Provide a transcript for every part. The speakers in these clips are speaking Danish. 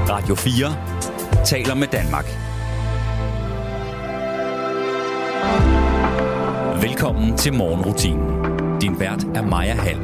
Radio 4 taler med Danmark. Velkommen til morgenrutinen. Din vært er Maja Hall.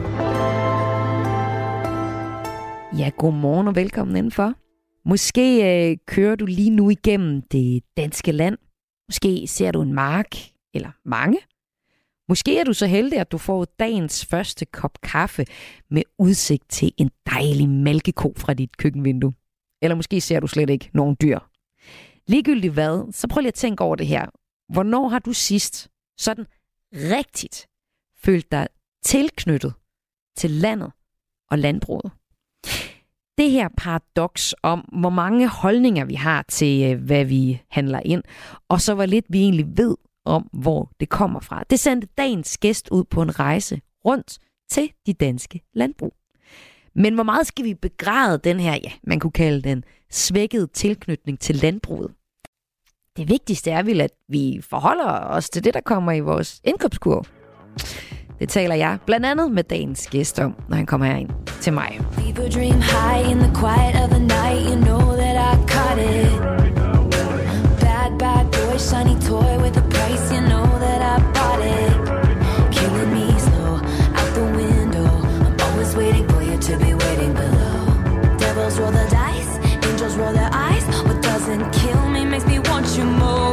Ja, godmorgen og velkommen indenfor. Måske kører du lige nu igennem det danske land. Måske ser du en mark eller mange. Måske er du så heldig, at du får dagens første kop kaffe med udsigt til en dejlig mælkeko fra dit køkkenvindue. Eller måske ser du slet ikke nogen dyr. Ligegyldigt hvad, så prøv lige at tænke over det her. Hvornår har du sidst sådan rigtigt følt dig tilknyttet til landet og landbruget? Det her paradoks om, hvor mange holdninger vi har til, hvad vi handler ind, og så hvor lidt vi egentlig ved om, hvor det kommer fra. Det sendte dagens gæst ud på en rejse rundt til de danske landbrug. Men hvor meget skal vi begræde den her, ja, man kunne kalde den svækkede tilknytning til landbruget? Det vigtigste er vel, at vi forholder os til det, der kommer i vores indkøbskurv. Det taler jeg blandt andet med dagens gæst om, når han kommer herind til mig. Fever dream high in the quiet of the night. You know that I caught it. Bad, bad boy, shiny toy with a price. You know that I bought it. Killing me slow, out the window. I'm always waiting for you to be waiting below. Devils roll the dice, angels roll their eyes. What doesn't kill me makes me want you more.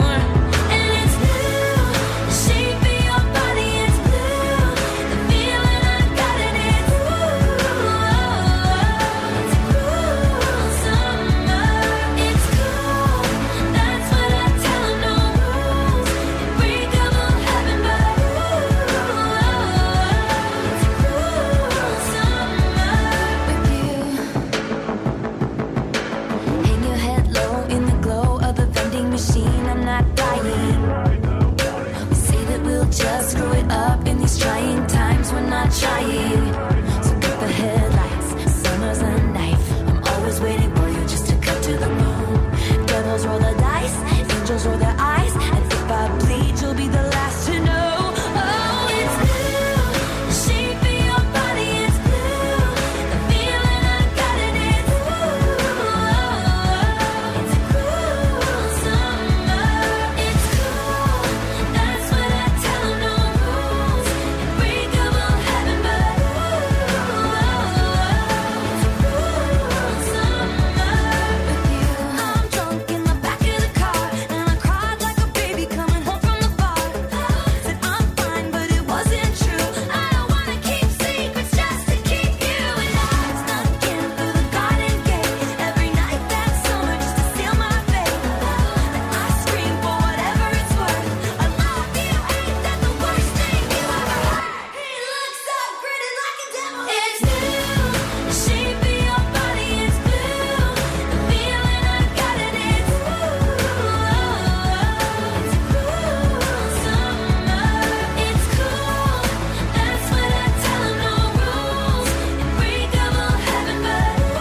Just screw it up in these trying times. We're not trying. So cut the headlights. Summer's a knife. I'm always waiting for you just to cut to the bone. Devils roll the dice. Angels roll their eyes. And if I bleed, you'll be the last to know. Oh, it's blue. The shape of your body is blue. The feeling I got it is blue. It's a cruel summer. It's cool. That's what I tell them. No rules. Unbreakable heaven, but it's a cruel summer with you. I'm drunk in the back of the car, and I cried like a baby coming home from the bar. Said I'm fine, but it wasn't true. I don't wanna keep secrets just to keep you. And I snuck in through the garden gate every night that summer just to seal my fate. And I scream for whatever it's worth. I love you, ain't that the worst thing you ever heard? He looks so gritty like a devil. It's blue. The shape of your body is blue. The feeling I got it is It's a cruel summer. It's cool. That's what I tell them. No rules. Unbreakable heaven, but it's a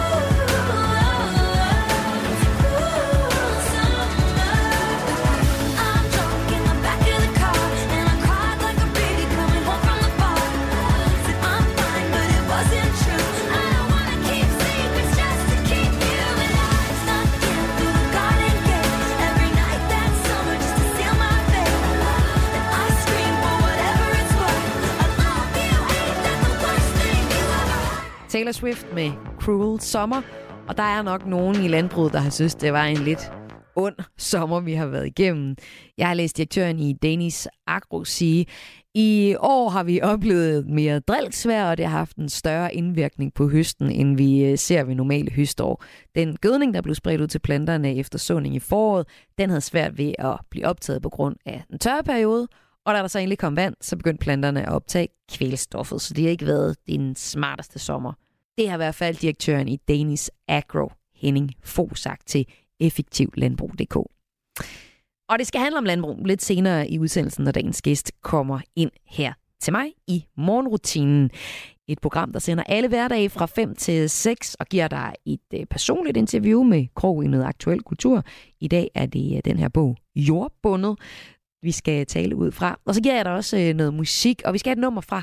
cruel summer. I'm drunk in the back of the car, and I cried like a baby coming home from the bar. Said I'm fine, but it wasn't true. I don't wanna keep secrets just to keep you. And I snuck in through the garden gate every night that summer just to seal my fate. And I scream for whatever it's worth. I love you, ain't that the worst thing you ever heard? Taylor Swift med Cruel Summer. Og der er nok nogen i landbruget, der har synes, det var en lidt ond sommer, vi har været igennem. Jeg har læst direktøren i Danish Agro sige, i år har vi oplevet mere drilksvær, og det har haft en større indvirkning på høsten, end vi ser ved normale høstår. Den gødning, der blev spredt ud til planterne efter såning i foråret, den havde svært ved at blive optaget på grund af en tørre periode, og da der så egentlig kom vand, så begyndte planterne at optage kvælstoffet, så det har ikke været den smarteste sommer. Det har i hvert fald direktøren i Danish Agro, Henning Fogh, sagt til effektivlandbrug.dk. Og det skal handle om landbrug lidt senere i udsendelsen, når dagens gæst kommer ind her til mig i morgenrutinen. Et program, der sender alle hverdage fra 5 til 6 og giver dig et personligt interview med krog i noget aktuel kultur. I dag er det den her bog, Jordbundet, vi skal tale ud fra. Og så giver jeg dig også noget musik, og vi skal have et nummer fra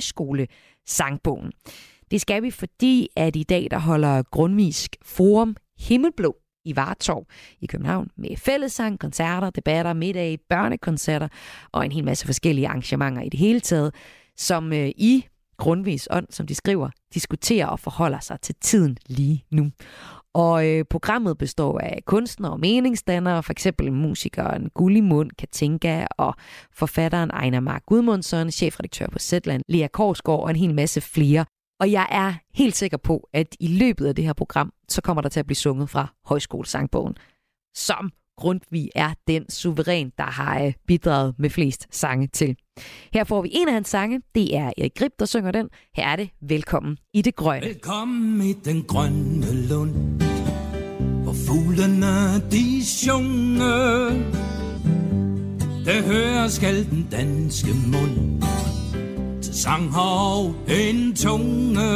Højskole-sangbogen. Det skal vi, fordi at i dag der holder Grundtvigs Forum Himmelblå i Vartorv i København med fællessang, koncerter, debatter, middage, børnekoncerter og en hel masse forskellige arrangementer i det hele taget, som i Grundtvigs ånd, som de skriver, diskuterer og forholder sig til tiden lige nu. Og programmet består af kunstnere og meningsdannere, for eksempel musikeren Gullimund Katinka og forfatteren Einar Mark Gudmundsson, chefredaktør på Zetland, Lea Korsgaard og en hel masse flere. Og jeg er helt sikker på, at i løbet af det her program, så kommer der til at blive sunget fra Højskolesangbogen, som Grundtvig er den suveræn, der har bidraget med flest sange til. Her får vi en af hans sange. Det er Erik Grip, der synger den. Her er det Velkommen i det grønne. Velkommen i den grønne lund, hvor fuglene de synger. Der hører skal den danske mund til sang og en tunge.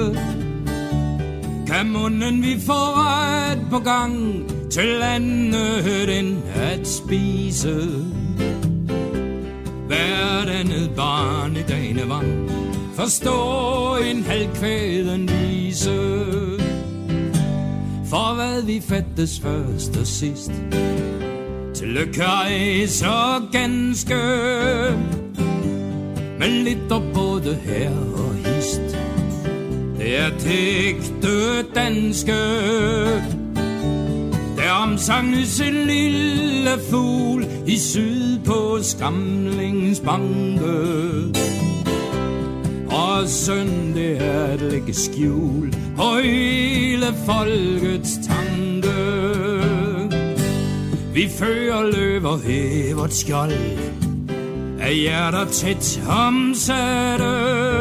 Kan munden vi får ret på gang til andet end at spise. Hverdannet barn i dagene vang forstå en halvkvæden vise. For hvad vi fattes først og sidst, til lykke ej så ganske, men lidt op både her og hist. Det er ægte danske. Der omsanges en lille fugl i syd på Skamlings banke. Og synd det er at lægge skjul på hele folkets tanke. Vi fører løver hævert skjold af hjerter tæt omsatte.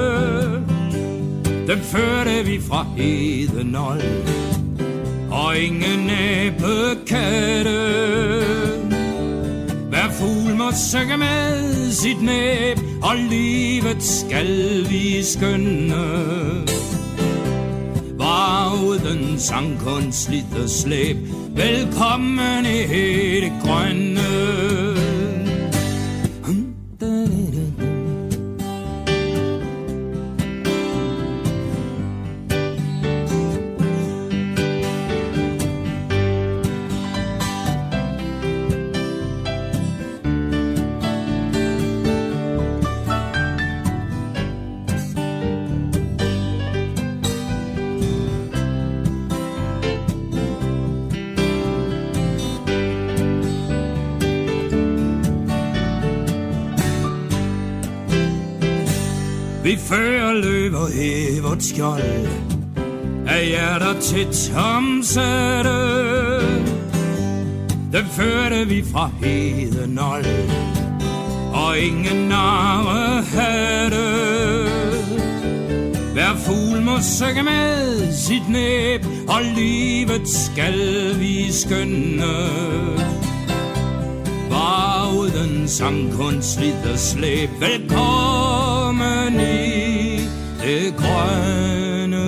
Dem førte vi fra Hedenål og ingen æblekatte. Hver fugl må synge med sit næb, og livet skal vi skønne. Var uden sangkunst slidt og slæb, velkommen i det grønne. Vi fører løver hævert skjold af hjerter tæt omsatte. Dem førte vi fra Hedenål og ingen narre hatte. Hver fugl må synge med sit næb, og livet skal vi skønne. Var uden sangkunst slidt og slæb, velkommen i det grønne.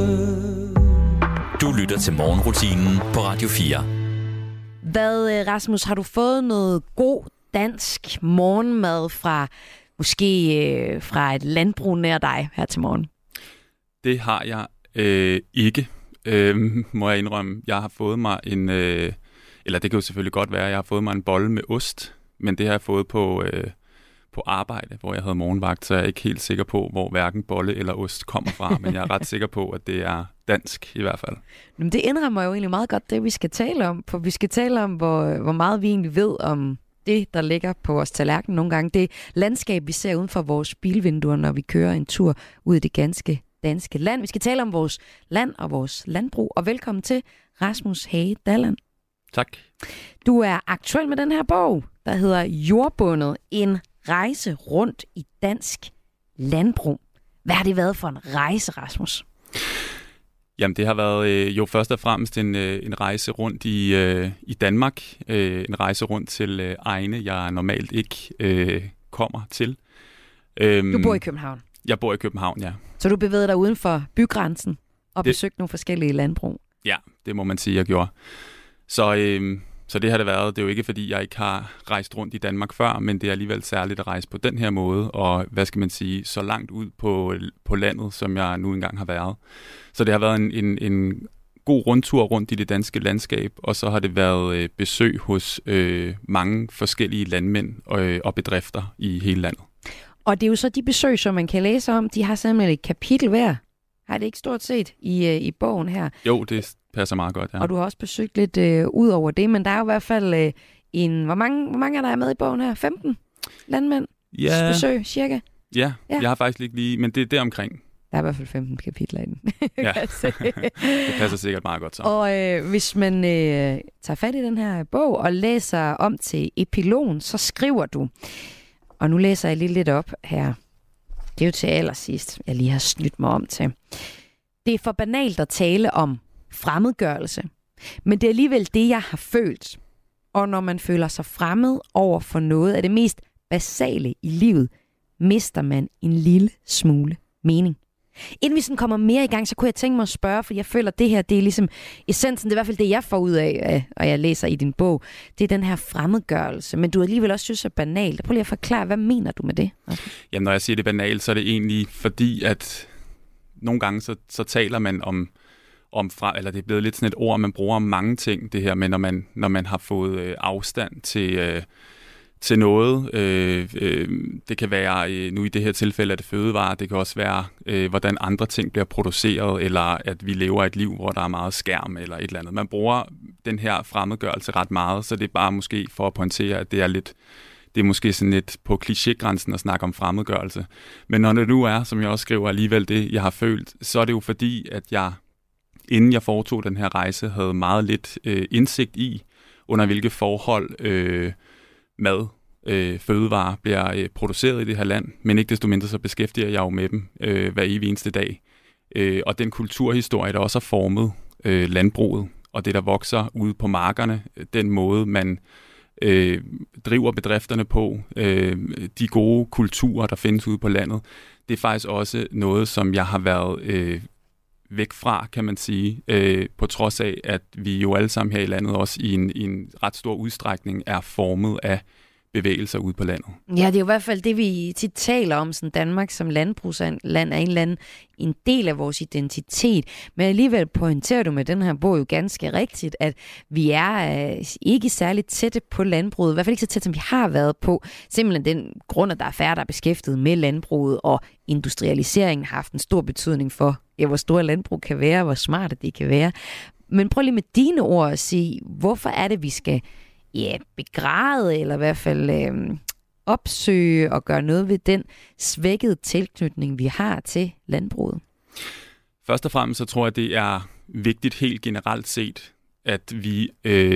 Du lytter til morgenrutinen på Radio 4. Hvad, Rasmus, har du fået noget god dansk morgenmad fra måske fra et landbrug nær dig her til morgen? Det har jeg ikke, må jeg indrømme. Jeg har fået mig en, eller det kan jo selvfølgelig godt være, jeg har fået mig en bolle med ost, men det har jeg fået på arbejde, hvor jeg havde morgenvagt, så jeg er ikke helt sikker på, hvor hverken bolle eller ost kommer fra, men jeg er ret sikker på, at det er dansk i hvert fald. Men det indrammer jo egentlig meget godt det, vi skal tale om, for vi skal tale om, hvor meget vi egentlig ved om det, der ligger på vores tallerken nogle gange. Det landskab, vi ser uden for vores bilvinduer, når vi kører en tur ud i det ganske danske land. Vi skal tale om vores land og vores landbrug, og velkommen til Rasmus Hage Dalland. Tak. Du er aktuel med den her bog, der hedder Jordbundet, en rejse rundt i dansk landbrug. Hvad har det været for en rejse, Rasmus? Jamen, det har været jo først og fremmest en rejse rundt i Danmark. En rejse rundt til egne, jeg normalt ikke kommer til. Du bor i København? Jeg bor i København, ja. Så du bevægede dig uden for bygrænsen og besøgte nogle forskellige landbrug? Ja, det må man sige, jeg gjorde. Så det har det været. Det er jo ikke, fordi jeg ikke har rejst rundt i Danmark før, men det er alligevel særligt at rejse på den her måde, og hvad skal man sige, så langt ud på landet, som jeg nu engang har været. Så det har været en god rundtur rundt i det danske landskab, og så har det været besøg hos mange forskellige landmænd og bedrifter i hele landet. Og det er jo så de besøg, som man kan læse om, de har simpelthen et kapitel hver. Har det ikke stort set i bogen her? Jo, det passer meget godt, ja. Og du har også besøgt lidt ud over det, men der er jo i hvert fald hvor mange er der med i bogen her? 15 landmænd? Ja. Besøg, cirka? Ja, jeg har faktisk ikke lige, men det er deromkring. Der er i hvert fald 15 kapitler i den. Ja, det passer sikkert meget godt så. Og hvis man tager fat i den her bog og læser om til epilogen, så skriver du, og nu læser jeg lige lidt op her. Det er jo til allersidst, jeg lige har snydt mig om til. Det er for banalt at tale om fremmedgørelse, men det er alligevel det, jeg har følt. Og når man føler sig fremmed over for noget af det mest basale i livet, mister man en lille smule mening. Inden vi sådan kommer mere i gang, så kunne jeg tænke mig at spørge, for jeg føler, at det her, det er ligesom essensen, det er i hvert fald det, jeg får ud af, og jeg læser i din bog, det er den her fremmedgørelse, men du alligevel også synes er banalt. Prøv lige at forklare, hvad mener du med det? Jamen, når jeg siger det banalt, så er det egentlig fordi, at nogle gange så taler man om eller det er blevet lidt sådan et ord, man bruger om mange ting, det her med, når man har fået afstand til noget. Det kan være, nu i det her tilfælde, at det fødevare, det kan også være, hvordan andre ting bliver produceret, eller at vi lever et liv, hvor der er meget skærm, eller et eller andet. Man bruger den her fremmedgørelse ret meget, så det er bare måske for at pointere, at det er måske sådan lidt på klichégrænsen at snakke om fremmedgørelse. Men når det nu er, som jeg også skriver alligevel det, jeg har følt, så er det jo fordi, at jeg, inden jeg foretog den her rejse, havde meget lidt indsigt i, under hvilke forhold mad, fødevarer bliver produceret i det her land, men ikke desto mindre så beskæftiger jeg jo med dem hver evig eneste dag. Og den kulturhistorie, der også har formet landbruget, og det, der vokser ude på markerne, den måde, man driver bedrifterne på, de gode kulturer, der findes ude på landet, det er faktisk også noget, som jeg har været væk fra, kan man sige, på trods af, at vi jo alle sammen her i landet også i en ret stor udstrækning er formet af bevægelser ude på landet. Ja, det er jo i hvert fald det, vi tit taler om, sådan Danmark som landbrugsland er en del af vores identitet. Men alligevel pointerer du med den her bog jo ganske rigtigt, at vi er ikke særligt tætte på landbruget, i hvert fald ikke så tæt, som vi har været på. Simpelthen den grund, at der er færre, der er beskæftiget med landbruget, og industrialiseringen har haft en stor betydning for, hvor store landbrug kan være, hvor smarte det kan være. Men prøv lige med dine ord at sige, hvorfor er det, vi skal begræde, eller i hvert fald opsøge og gøre noget ved den svækkede tilknytning, vi har til landbruget? Først og fremmest så tror jeg, det er vigtigt helt generelt set, at vi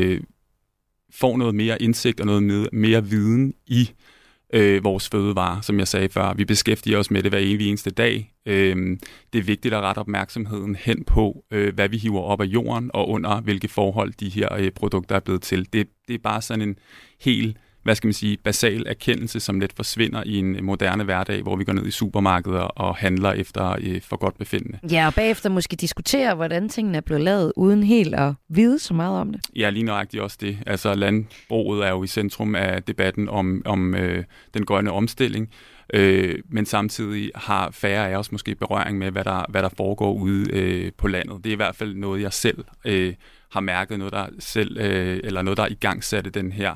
får noget mere indsigt og noget mere viden i vores fødevarer, som jeg sagde før. Vi beskæftiger os med det hver evig eneste dag. Det er vigtigt at rette opmærksomheden hen på, hvad vi hiver op af jorden, og under hvilke forhold de her produkter er blevet til. Det er bare sådan en helt, basal erkendelse, som lidt forsvinder i en moderne hverdag, hvor vi går ned i supermarkeder og handler efter for godt befindende. Ja, og bagefter måske diskutere, hvordan tingene er blevet lavet, uden helt at vide så meget om det. Ja, lige nøjagtigt også det. Altså, landbruget er jo i centrum af debatten om den grønne omstilling, men samtidig har færre af os måske berøring med, hvad der foregår ude på landet. Det er i hvert fald noget, jeg selv har mærket, noget der igangsatte den her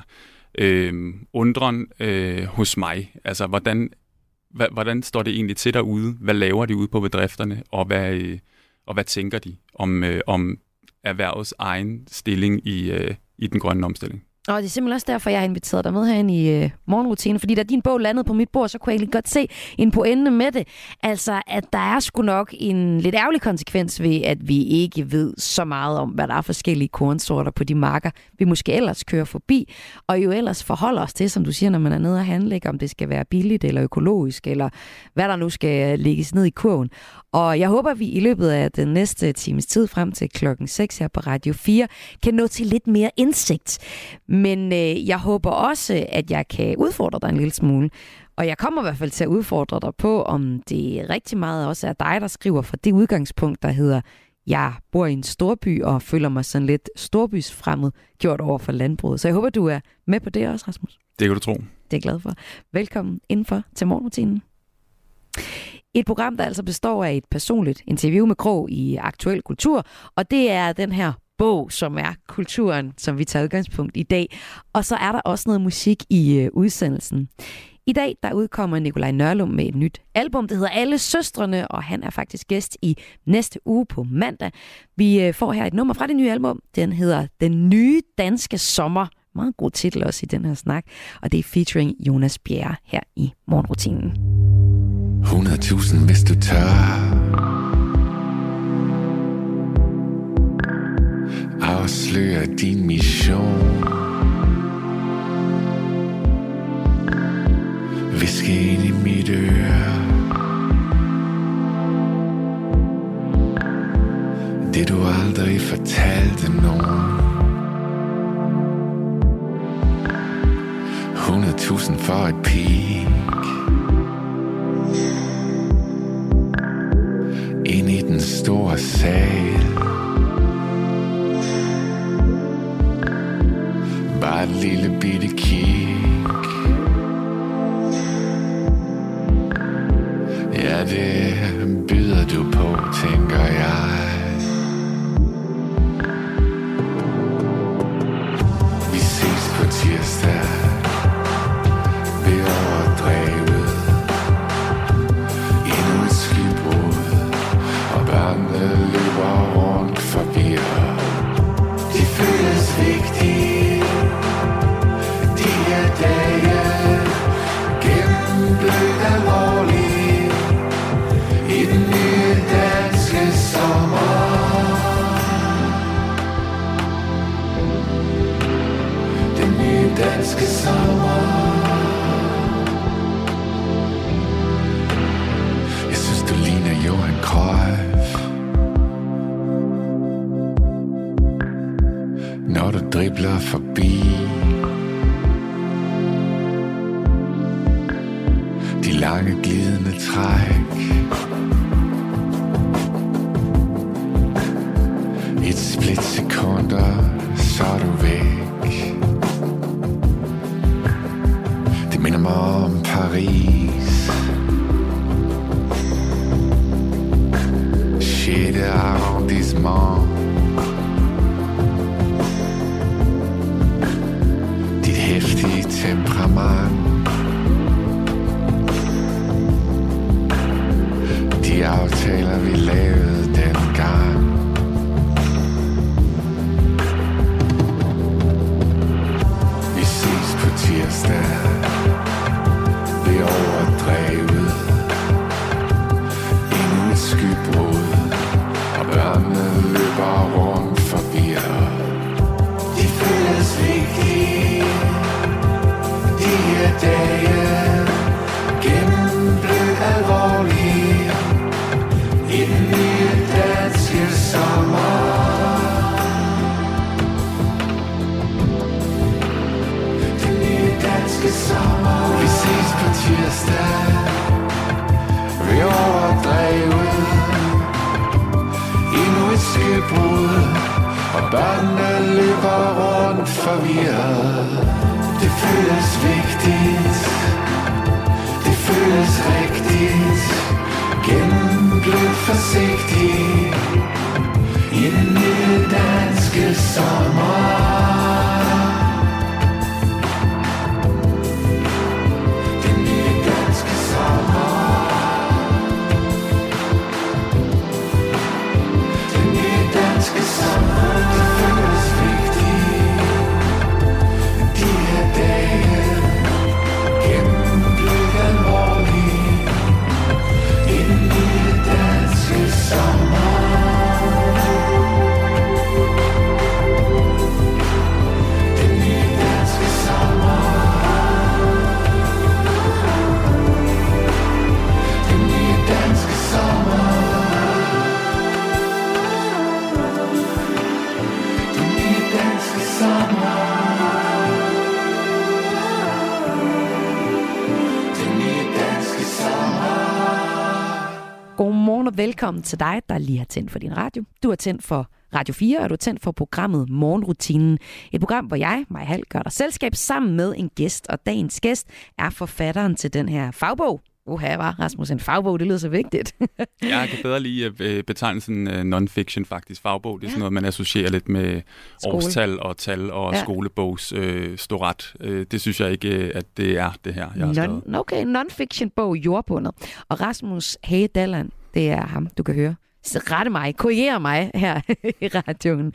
undren hos mig. Altså, hvordan står det egentlig til derude? Hvad laver de ude på bedrifterne? Og hvad tænker de om erhvervets egen stilling i den grønne omstilling? Og det er simpelthen også derfor, jeg har inviteret dig med herinde i morgenrutinen, fordi da din bog landede på mit bord, så kunne jeg egentlig godt se en pointe med det. Altså, at der er sgu nok en lidt ærgerlig konsekvens ved, at vi ikke ved så meget om, hvad der er forskellige kornsorter på de marker, vi måske ellers kører forbi, og jo ellers forholder os til, som du siger, når man er nede og handle, om det skal være billigt eller økologisk, eller hvad der nu skal lægges ned i kurven. Og jeg håber, at vi i løbet af den næste times tid frem til 6 her på Radio 4 kan nå til lidt mere indsigt. Men jeg håber også, at jeg kan udfordre dig en lille smule. Og jeg kommer i hvert fald til at udfordre dig på, om det rigtig meget også er dig, der skriver fra det udgangspunkt, der hedder, jeg bor i en storby og føler mig sådan lidt storbysfremmed gjort over for landbruget. Så jeg håber, du er med på det også, Rasmus. Det kan du tro. Det er jeg glad for. Velkommen indenfor til morgenrutinen. Et program, der altså består af et personligt interview med Krog i Aktuel Kultur, og det er den her bog, som er kulturen, som vi tager udgangspunkt i dag. Og så er der også noget musik i udsendelsen. I dag der udkommer Nikolaj Nørlum med et nyt album, det hedder Alle Søstrene, og han er faktisk gæst i næste uge på mandag. Vi får her et nummer fra det nye album. Den hedder Den Nye Danske Sommer. Meget god titel også i den her snak. Og det er featuring Jonas Bjerre her i Morgenrutinen. 100.000 hvis du tør. Afslør din mission. Viske ind i mit øre. Det du aldrig fortalte nogen. 100.000 for et peak. Ind i den store sal. Bare et lille bitte kig. Ja, det byder du på, tænker jeg. Vi ses på tirsdag ved overdrevet. Endnu et skybrud, og børnene løber rundt forvirret. De føles vigtige, de her dage, gennemblødt alvorlige. I den nye danske sommer. Den nye danske sommer. Jeg synes du ligner Johan Cruyff, når du dribler forbi de lange glidende træk. Et splitsekunder, så er du væk. Det minder mig om Paris. 6. arrondissement. Dit heftige temperament. De aftaler vi lavede dengang. Tirsdag ved overdrevet. Endnu et skybrud, og børnene løber rundt forvirret. De føles vigtige, de her dage, gennemblødt alvorlige. I den nye danske sommer. Sommer. Vi ses på tirsdag ved overdrevet. Endnu et skybrud, og børnene løber rundt forvirret. Det føles vigtigt, det føles rigtigt, gennemblødt forsigtigt. I den nye danske sommer. Godmorgen og velkommen til dig, der lige har tændt for din radio. Du har tændt for Radio 4, og du har tændt for programmet Morgenrutinen. Et program, hvor jeg, Maja Hall, gør dig selskab sammen med en gæst. Og dagens gæst er forfatteren til den her fagbog, var Rasmus, en fagbog, det lyder så vigtigt. Jeg kan bedre lide betegnelsen non-fiction faktisk. Fagbog, det er sådan noget, man associerer lidt med årstal og tal og skolebogs storet. Det synes jeg ikke, at det er det her, jeg har skrevet. Okay, non-fiction bog, Jordbundet. Og Rasmus Hage Dalland, det er ham, du kan høre. Rette mig, korrigere mig her i radioen.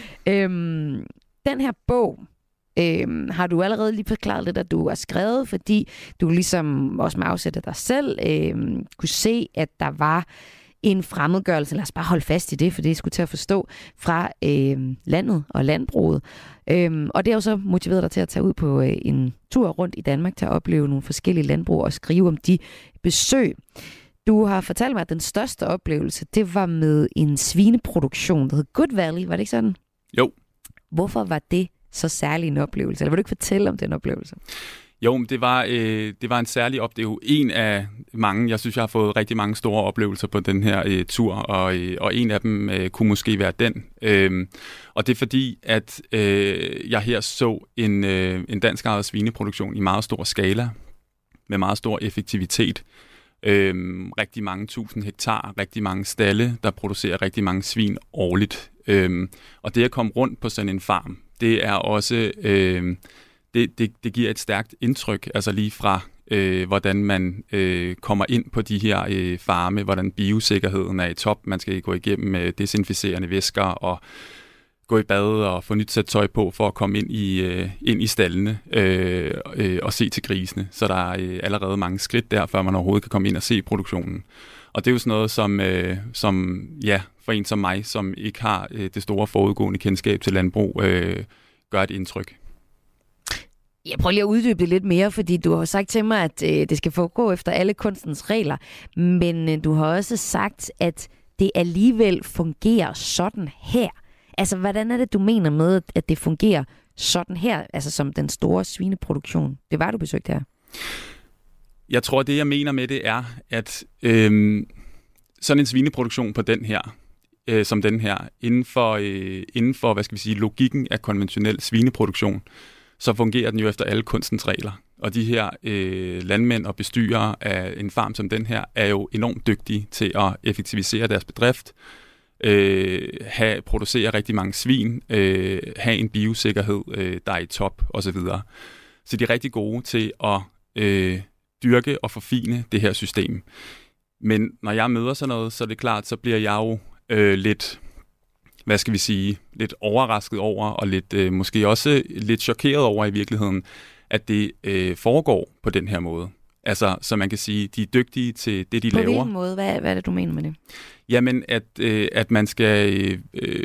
Den her bog har du allerede lige forklaret lidt, at du har skrevet, fordi du ligesom også med afsæt af dig selv kunne se, at der var en fremmedgørelse, lad os bare holde fast i det, for det er sgu til at forstå, fra landet og landbruget. Og det har jo så motiveret dig til at tage ud på en tur rundt i Danmark til at opleve nogle forskellige landbrug og skrive om de besøg. Du har fortalt mig, at den største oplevelse, det var med en svineproduktion, der hed Good Valley, var det ikke sådan? Jo. Hvorfor var det så særlig en oplevelse? Eller vil du ikke fortælle om den oplevelse? Jo, men det var en særlig oplevelse. Det er jo en af mange. Jeg synes, jeg har fået rigtig mange store oplevelser på den her tur, og en af dem kunne måske være den. Og det er fordi, at jeg her så en dansk ejet svineproduktion i meget stor skala, med meget stor effektivitet. Rigtig mange tusind hektar, rigtig mange stalde, der producerer rigtig mange svin årligt. Og det at komme rundt på sådan en farm, det er også det giver et stærkt indtryk, altså lige fra hvordan man kommer ind på de her farme, hvordan biosikkerheden er i top. Man skal gå igennem desinficerende væsker og gå i bad og få nyt sæt tøj på for at komme ind i stallene og se til grisene. Så der er allerede mange skridt der, før man overhovedet kan komme ind og se produktionen. Og det er jo sådan noget, som for en som mig, som ikke har det store forudgående kendskab til landbrug, gør et indtryk. Jeg prøver lige at uddybe det lidt mere, fordi du har sagt til mig, at det skal foregå efter alle kunstens regler. Men du har også sagt, at det alligevel fungerer sådan her. Altså, hvordan er det, du mener med, at det fungerer sådan her, altså som den store svineproduktion? Det var, du besøgte her. Jeg tror, det jeg mener med det er, at sådan en svineproduktion på den her, som den her, inden for hvad skal vi sige, logikken af konventionel svineproduktion, så fungerer den jo efter alle kunstens regler. Og de her landmænd og bestyrere af en farm som den her, er jo enormt dygtige til at effektivisere deres bedrift, producere rigtig mange svin, have en biosikkerhed, der er i top osv. Så de er rigtig gode til at dyrke og forfine det her system. Men når jeg møder sådan noget, så er det klart, så bliver jeg jo lidt, hvad skal vi sige, lidt overrasket over, og lidt måske også lidt chokeret over i virkeligheden, at det foregår på den her måde. Altså, så man kan sige, de er dygtige til det, de laver. På hvilken måde? Hvad er det, du mener med det? Jamen, at man skal,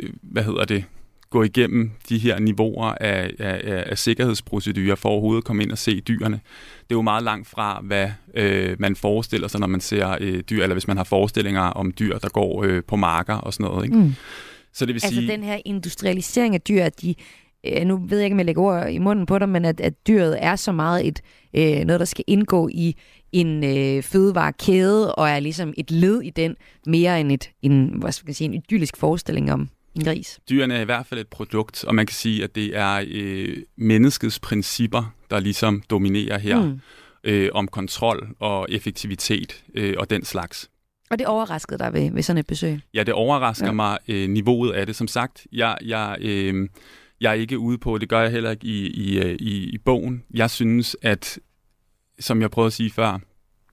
gå igennem de her niveauer af sikkerhedsprocedurer for overhovedet at komme ind og se dyrene. Det er jo meget langt fra, hvad man forestiller sig, når man ser dyr, eller hvis man har forestillinger om dyr, der går på marker og sådan noget, ikke? Mm. Så det vil sige, den her industrialisering af dyr, at nu ved jeg ikke, om jeg lægger ord i munden på dig, men at dyret er så meget noget, der skal indgå i en fødevarekæde, og er ligesom et led i den, mere end en idyllisk forestilling om en gris. Dyrene er i hvert fald et produkt, og man kan sige, at det er menneskets principper, der ligesom dominerer her, om kontrol og effektivitet og den slags. Og det overraskede dig ved sådan et besøg? Ja, det overrasker mig niveauet af det. Som sagt, jeg er ikke ude på, det gør jeg heller ikke i bogen. Jeg synes, at, som jeg prøvede at sige før,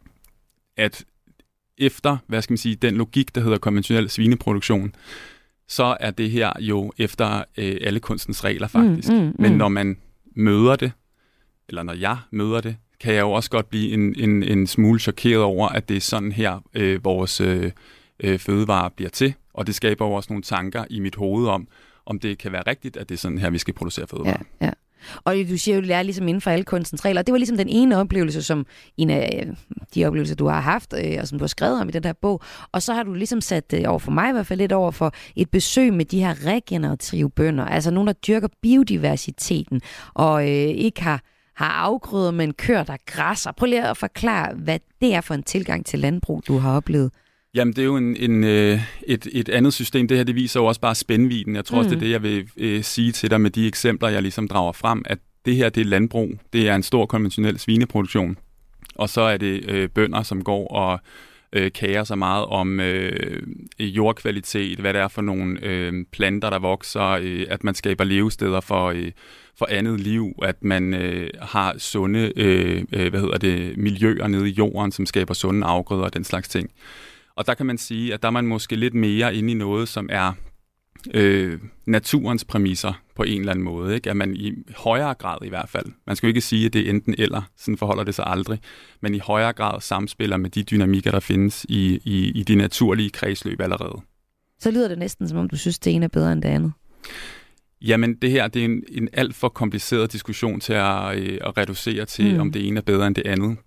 at efter, hvad skal man sige, den logik, der hedder konventionel svineproduktion, så er det her jo efter alle kunstens regler faktisk. Men når man møder det, eller når jeg møder det, kan jeg jo også godt blive en smule chokeret over, at det er sådan her, vores fødevarer bliver til. Og det skaber jo også nogle tanker i mit hoved om det kan være rigtigt, at det er sådan her, vi skal producere fødevarer. Ja. Og du siger jo, det er ligesom inden for alle kunstens regler. Det var ligesom den ene oplevelse, som en af de oplevelser, du har haft, og som du har skrevet om i den der bog. Og så har du ligesom sat over for mig i hvert fald lidt over for et besøg med de her regenerative bønder. Altså nogen, der dyrker biodiversiteten, og ikke har afgrøder, men køer, der græsser. Prøv lige at forklare, hvad det er for en tilgang til landbrug, du har oplevet. Jamen, det er jo et andet system. Det her, det viser jo også bare spændvidden. Jeg tror også, det er det, jeg vil sige til dig med de eksempler, jeg ligesom drager frem, at det her, det er landbrug. Det er en stor konventionel svineproduktion. Og så er det bønder, som går og kærer sig meget om jordkvalitet, hvad det er for nogle planter, der vokser, at man skaber levesteder for andet liv, at man har sunde miljøer nede i jorden, som skaber sunde afgrøder og den slags ting. Og der kan man sige, at der er man måske lidt mere inde i noget, som er naturens præmisser på en eller anden måde. Ikke? At man i højere grad i hvert fald, man skal jo ikke sige, at det er enten eller, sådan forholder det sig aldrig, men i højere grad samspiller med de dynamikker, der findes i de naturlige kredsløb allerede. Så lyder det næsten, som om du synes, det ene er bedre end det andet. Jamen det her, det er en alt for kompliceret diskussion til at reducere til, om det ene er bedre end det andet.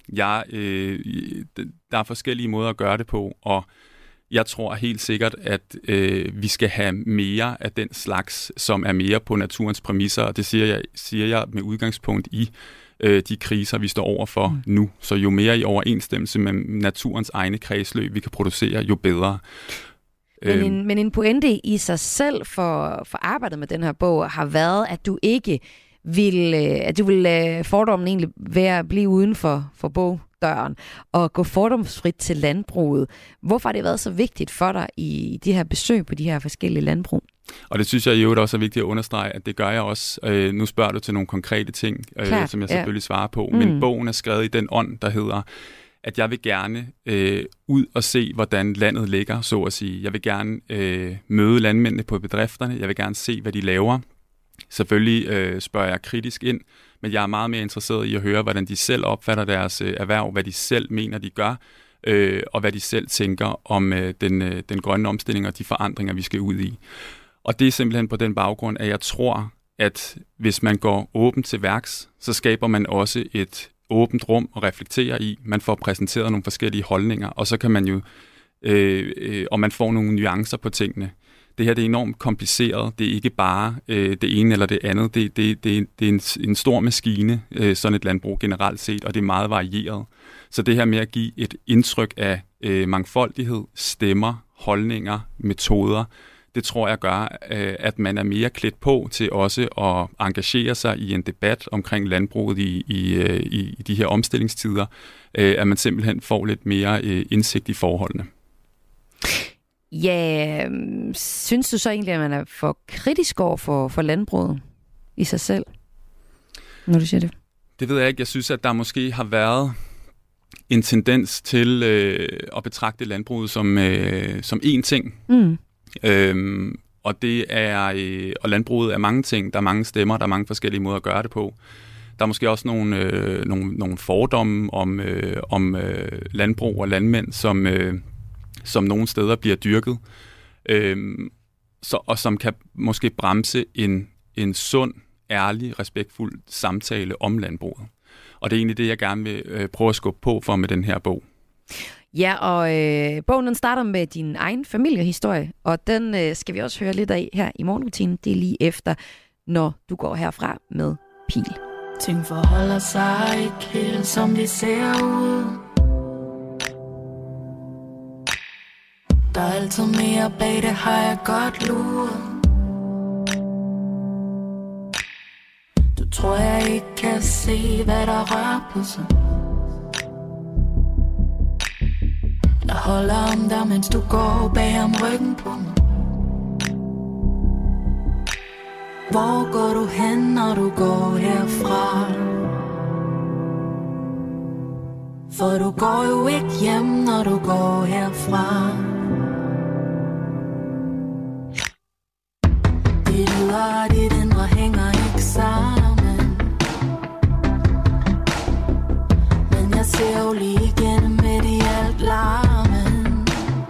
Der er forskellige måder at gøre det på, og jeg tror helt sikkert, at vi skal have mere af den slags, som er mere på naturens præmisser, og det siger jeg med udgangspunkt i de kriser, vi står overfor nu. Så jo mere i overensstemmelse med naturens egne kredsløb, vi kan producere, jo bedre. Men en pointe i sig selv for arbejdet med den her bog har været, at du ikke vil fordommen egentlig være at blive uden for bogdøren og gå fordomsfrit til landbruget. Hvorfor har det været så vigtigt for dig i de her besøg på de her forskellige landbrug? Og det synes jeg i øvrigt også er vigtigt at understrege, at det gør jeg også. Nu spørger du til nogle konkrete ting, som jeg selvfølgelig svarer på. Men bogen er skrevet i den ånd, der hedder, at jeg vil gerne ud og se, hvordan landet ligger, så at sige. Jeg vil gerne møde landmændene på bedrifterne. Jeg vil gerne se, hvad de laver. Selvfølgelig spørger jeg kritisk ind, men jeg er meget mere interesseret i at høre, hvordan de selv opfatter deres erhverv, hvad de selv mener, de gør, og hvad de selv tænker om den grønne omstilling og de forandringer, vi skal ud i. Og det er simpelthen på den baggrund, at jeg tror, at hvis man går åbent til værks, så skaber man også et åbent rum at reflektere i. Man får præsenteret nogle forskellige holdninger, og så kan man jo, og man får nogle nuancer på tingene. Det her det er enormt kompliceret. Det er ikke bare det ene eller det andet. Det er en stor maskine, sådan et landbrug generelt set, og det er meget varieret. Så det her med at give et indtryk af mangfoldighed, stemmer, holdninger, metoder, det tror jeg gør, at man er mere klædt på til også at engagere sig i en debat omkring landbruget i de her omstillingstider, at man simpelthen får lidt mere indsigt i forholdene. Ja, synes du så egentlig, at man er for kritisk over for landbruget i sig selv, når du siger det? Det ved jeg ikke. Jeg synes, at der måske har været en tendens til at betragte landbruget som én ting. Og det er og landbruget er mange ting. Der er mange stemmer, der er mange forskellige måder at gøre det på. Der er måske også nogle fordomme om landbrug og landmænd, som nogle steder bliver dyrket, og som kan måske bremse en sund, ærlig, respektfuld samtale om landbruget. Og det er egentlig det, jeg gerne vil prøve at skubbe på for med den her bog. Ja, og bogen den starter med din egen familiehistorie, og den skal vi også høre lidt af her i morgenrutinen. Det er lige efter, når du går herfra med Pil. Ting forholder sig ikke helt som de ser ud. Der er altid mere bag, det har jeg godt luret. Du tror jeg ikke kan se, hvad der rører på sig. Jeg holder om dig, mens du går bag om ryggen på mig. Hvor går du hen, når du går herfra? For du går jo ikke hjem, når du går herfra. Dit ydre og dit indre hænger ikke sammen. Men jeg ser jo lige igennem midt i alt larmen.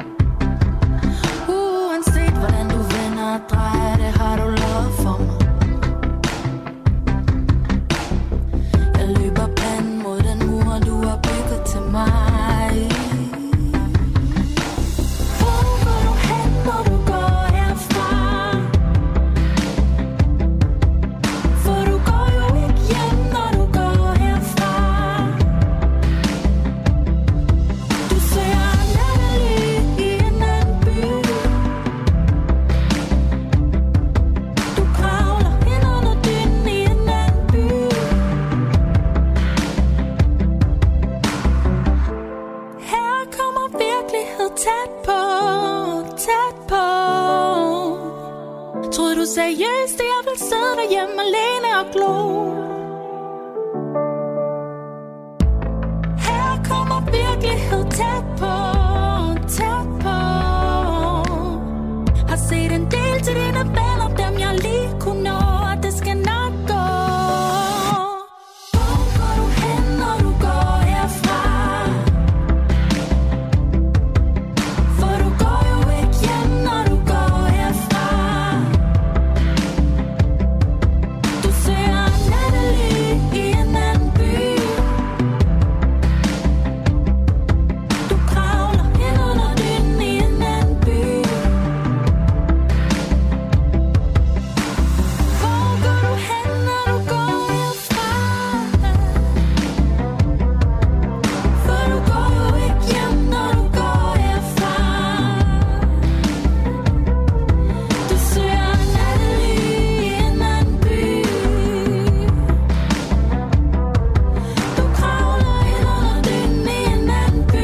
Uanset hvordan du vender og drejer det, har du lov for mig. Jeg løber panden mod den mur, du har bygget til mig. Troede du seriøst, at jeg ville sidde derhjemme alene og glo? Her kommer virkelighed tæt på, tæt på. Har set en del til dine venner, dem jeg lige kunne nå, og det skal nok gå. Hvor går du hen, når du går herfra? For du går jo ikke hjem, når du går herfra. Du ser Natalie i en anden by. Du kravler ind under dynen i en anden by. Hvor går du hen, når du går herfra? For du går jo ikke hjem, når du går herfra. Du søger Natalie i en anden by. Du kravler ind under dynen i en anden by.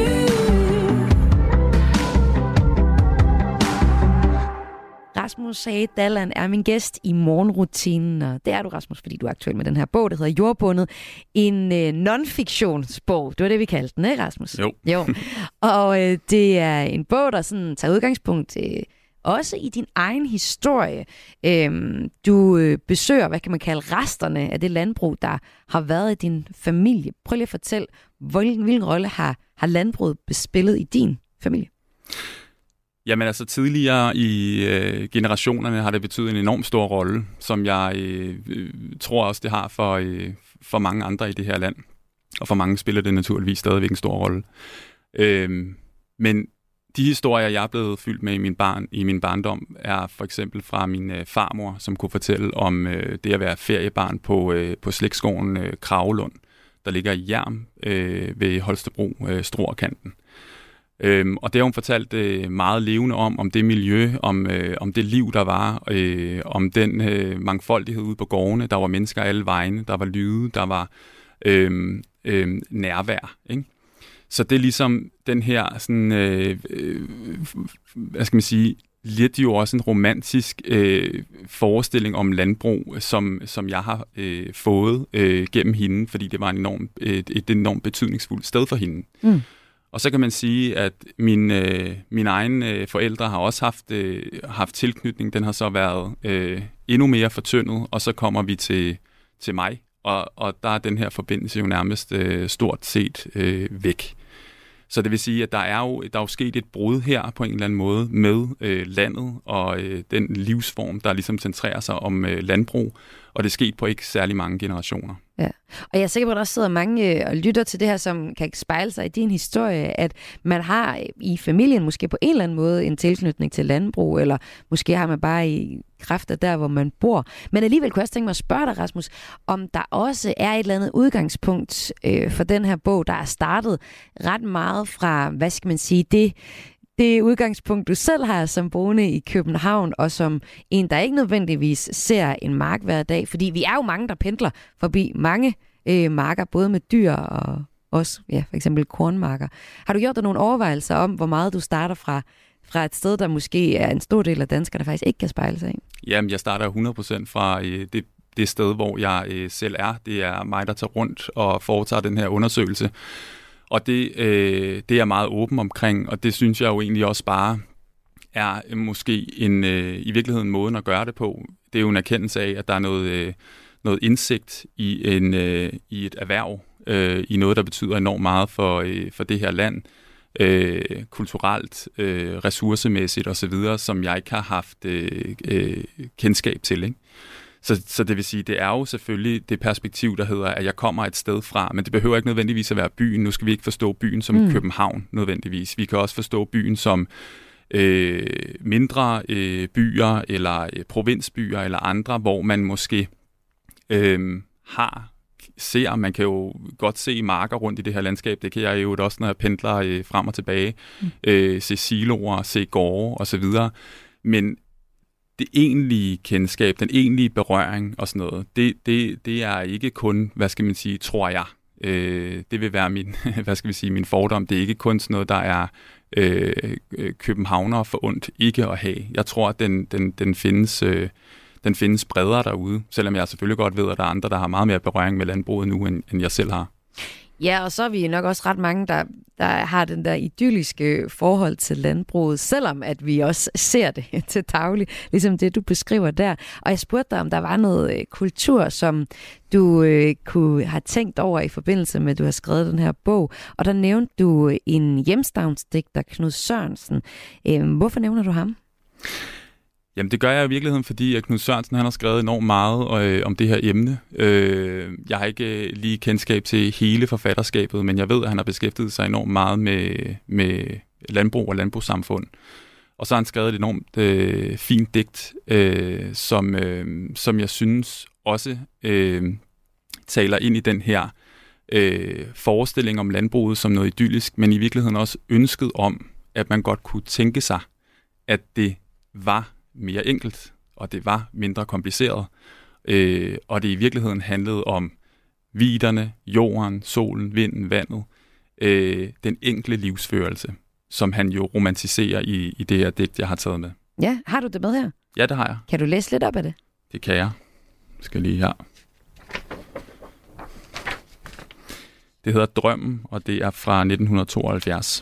Rasmus Sagedalland er min gæst i morgenrutinen, og det er du, Rasmus, fordi du er aktuel med den her bog, der hedder Jordbundet. En non-fiktionsbog, det var det, vi kaldte den, ikke, Rasmus? Jo. Og det er en bog, der sådan tager udgangspunkt også i din egen historie. Du besøger, hvad kan man kalde, resterne af det landbrug, der har været i din familie. Prøv lige at fortælle, hvilken rolle har landbruget bespillet i din familie? Jamen altså tidligere i generationerne har det betydet en enormt stor rolle, som jeg tror også det har for mange andre i det her land. Og for mange spiller det naturligvis stadigvæk en stor rolle. Men de historier, jeg er blevet fyldt med i min barndom, er for eksempel fra min farmor, som kunne fortælle om det at være feriebarn på slægtsgården Kragelund, der ligger i Hjerm ved Holstebro, Struerkanten. Og det har hun fortalt meget levende om det miljø, om det liv, der var, om den mangfoldighed ude på gårdene. Der var mennesker alle vegne, der var lyde, der var nærvær, ikke? Så det er ligesom den her, sådan, hvad skal man sige, lidt jo også en romantisk forestilling om landbrug, som jeg har fået gennem hende, fordi det var et enormt betydningsfuldt sted for hende. Mm. Og så kan man sige, at mine egne forældre har også haft tilknytning. Den har så været endnu mere fortyndet, og så kommer vi til mig, og der er den her forbindelse jo nærmest stort set væk. Så det vil sige, at der er jo sket et brud her på en eller anden måde med landet og den livsform, der ligesom centrerer sig om landbrug, og det er sket på ikke særlig mange generationer. Ja. Og jeg er sikker på, at der også sidder mange og lytter til det her, som kan spejle sig i din historie, at man har i familien måske på en eller anden måde en tilknytning til landbrug, eller måske har man bare i kraft af der, hvor man bor. Men alligevel kunne jeg også tænke mig at spørge dig, Rasmus, om der også er et eller andet udgangspunkt for den her bog, der er startet ret meget fra, hvad skal man sige, det udgangspunkt, du selv har som boende i København, og som en, der ikke nødvendigvis ser en mark hver dag. Fordi vi er jo mange, der pendler forbi mange marker, både med dyr og også for eksempel kornmarker. Har du gjort dig nogle overvejelser om, hvor meget du starter fra et sted, der måske er en stor del af danskere, der faktisk ikke kan spejle sig i? Jamen, jeg starter 100% fra det sted, hvor jeg selv er. Det er mig, der tager rundt og foretager den her undersøgelse. Og det er jeg meget åben omkring, og det synes jeg jo egentlig også bare er måske i virkeligheden måden at gøre det på. Det er jo en erkendelse af, at der er noget indsigt i et erhverv, i noget, der betyder enormt meget for det her land, kulturelt, ressourcemæssigt osv., som jeg ikke har haft kendskab til, ikke? Så det vil sige, det er jo selvfølgelig det perspektiv, der hedder, at jeg kommer et sted fra, men det behøver ikke nødvendigvis at være byen. Nu skal vi ikke forstå byen som København nødvendigvis. Vi kan også forstå byen som mindre byer eller provinsbyer eller andre, hvor man måske man kan jo godt se marker rundt i det her landskab. Det kan jeg jo også, når jeg pendler frem og tilbage. Se siloer, se gårde osv. Men det egentlige kendskab, den egentlige berøring og sådan noget, det er ikke kun, hvad skal man sige, tror jeg. Det vil være min fordom. Det er ikke kun sådan noget, der er københavnere forundt ikke at have. Jeg tror, at den findes bredere derude, selvom jeg selvfølgelig godt ved, at der er andre, der har meget mere berøring med landbruget nu, end jeg selv har. Ja, og så er vi nok også ret mange, der har den der idylliske forhold til landbruget, selvom at vi også ser det til daglig, ligesom det, du beskriver der. Og jeg spurgte dig, om der var noget kultur, som du kunne have tænkt over i forbindelse med, at du har skrevet den her bog. Og der nævnte du en hjemstavnsdigter, Knud Sørensen. Hvorfor nævner du ham? Jamen det gør jeg i virkeligheden, fordi at Knud Sørensen han har skrevet enormt meget om det her emne. Jeg har ikke lige kendskab til hele forfatterskabet, men jeg ved, at han har beskæftiget sig enormt meget med landbrug og landbrugssamfund. Og så har han skrevet et enormt fint digt, som jeg synes også taler ind i den her forestilling om landbruget som noget idyllisk, men i virkeligheden også ønsket om, at man godt kunne tænke sig, at det var mere enkelt, og det var mindre kompliceret, og det i virkeligheden handlede om viderne, jorden, solen, vinden, vandet, den enkle livsførelse, som han jo romantiserer i det her digt, jeg har taget med. Ja, har du det med her? Ja, det har jeg. Kan du læse lidt op af det? Det kan jeg. Jeg skal lige her. Det hedder Drømmen, og det er fra 1972.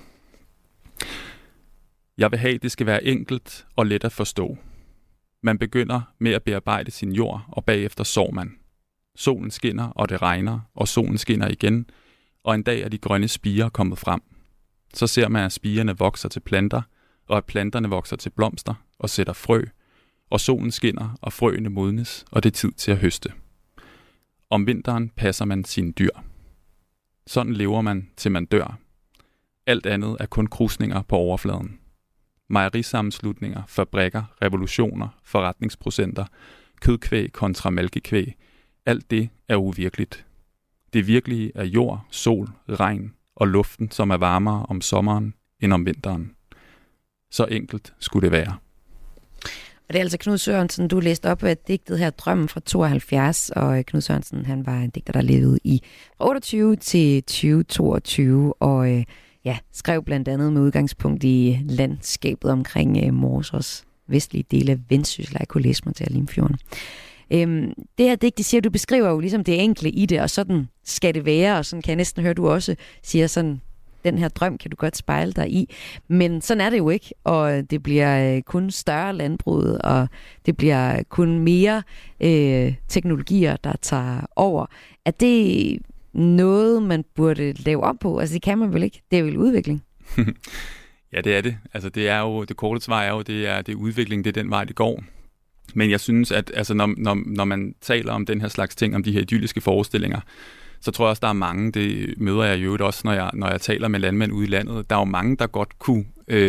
Jeg vil have, det skal være enkelt og let at forstå. Man begynder med at bearbejde sin jord, og bagefter sår man. Solen skinner, og det regner, og solen skinner igen, og en dag er de grønne spirer kommet frem. Så ser man, at spirerne vokser til planter, og at planterne vokser til blomster og sætter frø, og solen skinner, og frøene modnes, og det er tid til at høste. Om vinteren passer man sine dyr. Sådan lever man, til man dør. Alt andet er kun krusninger på overfladen. Mejerisammenslutninger, fabrikker, revolutioner, forretningsprocenter, kødkvæg kontra mælkekvæg. Alt det er uvirkeligt. Det virkelige er jord, sol, regn og luften, som er varmere om sommeren end om vinteren. Så enkelt skulle det være. Og det er altså Knud Sørensen, du læste op af digtet her, Drømmen fra 72, og Knud Sørensen, han var en digter, der levede fra 28 til 2022, og skrev blandt andet med udgangspunkt i landskabet omkring Morsers vestlige del af Vendsyssel. Jeg kunne læse mig til Limfjorden. Det her digt, siger, du beskriver jo ligesom det enkle i det, og sådan skal det være, og sådan kan jeg næsten høre, du også siger sådan, den her drøm kan du godt spejle dig i. Men sådan er det jo ikke, og det bliver kun større landbrug, og det bliver kun mere teknologier, der tager over. Er det noget, man burde lave op på? Altså det kan man vel ikke? Det er vel udvikling? Ja, det er det. Altså det er jo, det korte svar er jo, det er udvikling, det er den vej, det går. Men jeg synes, at altså, når man taler om den her slags ting, om de her idylliske forestillinger, så tror jeg også, der er mange, det møder jeg jo også, når jeg taler med landmænd ude i landet, der er jo mange, der godt kunne,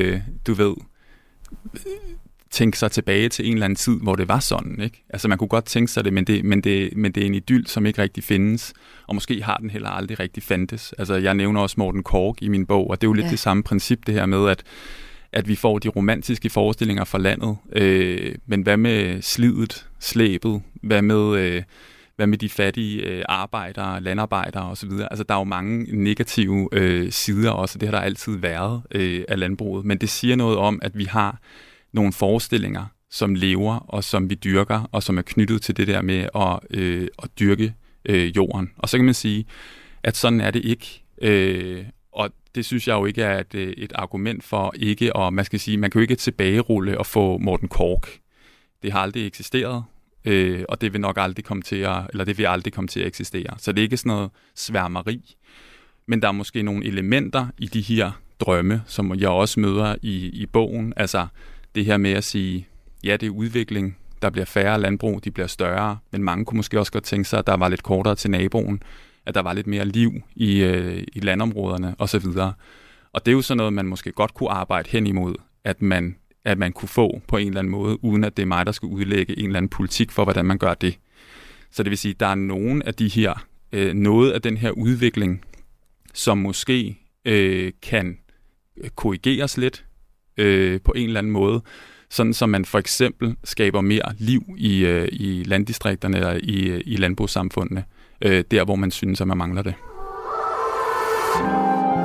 tænke sig tilbage til en eller anden tid, hvor det var sådan, ikke? Altså man kunne godt tænke sig det, men det er en idyll, som ikke rigtig findes, og måske har den heller aldrig rigtig fandtes. Altså jeg nævner også Morten Korch i min bog, og det er jo lidt det samme princip, det her med, at vi får de romantiske forestillinger fra landet, men hvad med slidet, slæbet, hvad med de fattige arbejdere, landarbejdere osv.? Altså, der er jo mange negative sider også, det har der altid været af landbruget. Men det siger noget om, at vi har nogle forestillinger, som lever og som vi dyrker, og som er knyttet til det der med at dyrke jorden. Og så kan man sige, at sådan er det ikke. Og det synes jeg jo ikke er et argument for ikke, og man kan jo ikke tilbagerulle og få Morten Korch. Det har aldrig eksisteret. Og det vil nok aldrig komme til at eksistere. Så det er ikke sådan noget sværmeri, men der er måske nogle elementer i de her drømme, som jeg også møder i bogen. Altså det her med at sige, ja, det er udvikling, der bliver færre landbrug, de bliver større, men mange kunne måske også godt tænke sig, at der var lidt kortere til naboen, at der var lidt mere liv i landområderne osv. Og det er jo sådan noget, man måske godt kunne arbejde hen imod, at man kunne få på en eller anden måde, uden at det er mig, der skal udlægge en eller anden politik for, hvordan man gør det. Så det vil sige, at der er nogle af de her, noget af den her udvikling, som måske kan korrigeres lidt på en eller anden måde, sådan som man for eksempel skaber mere liv i landdistrikterne eller i landbrugssamfundene, der hvor man synes, at man mangler det.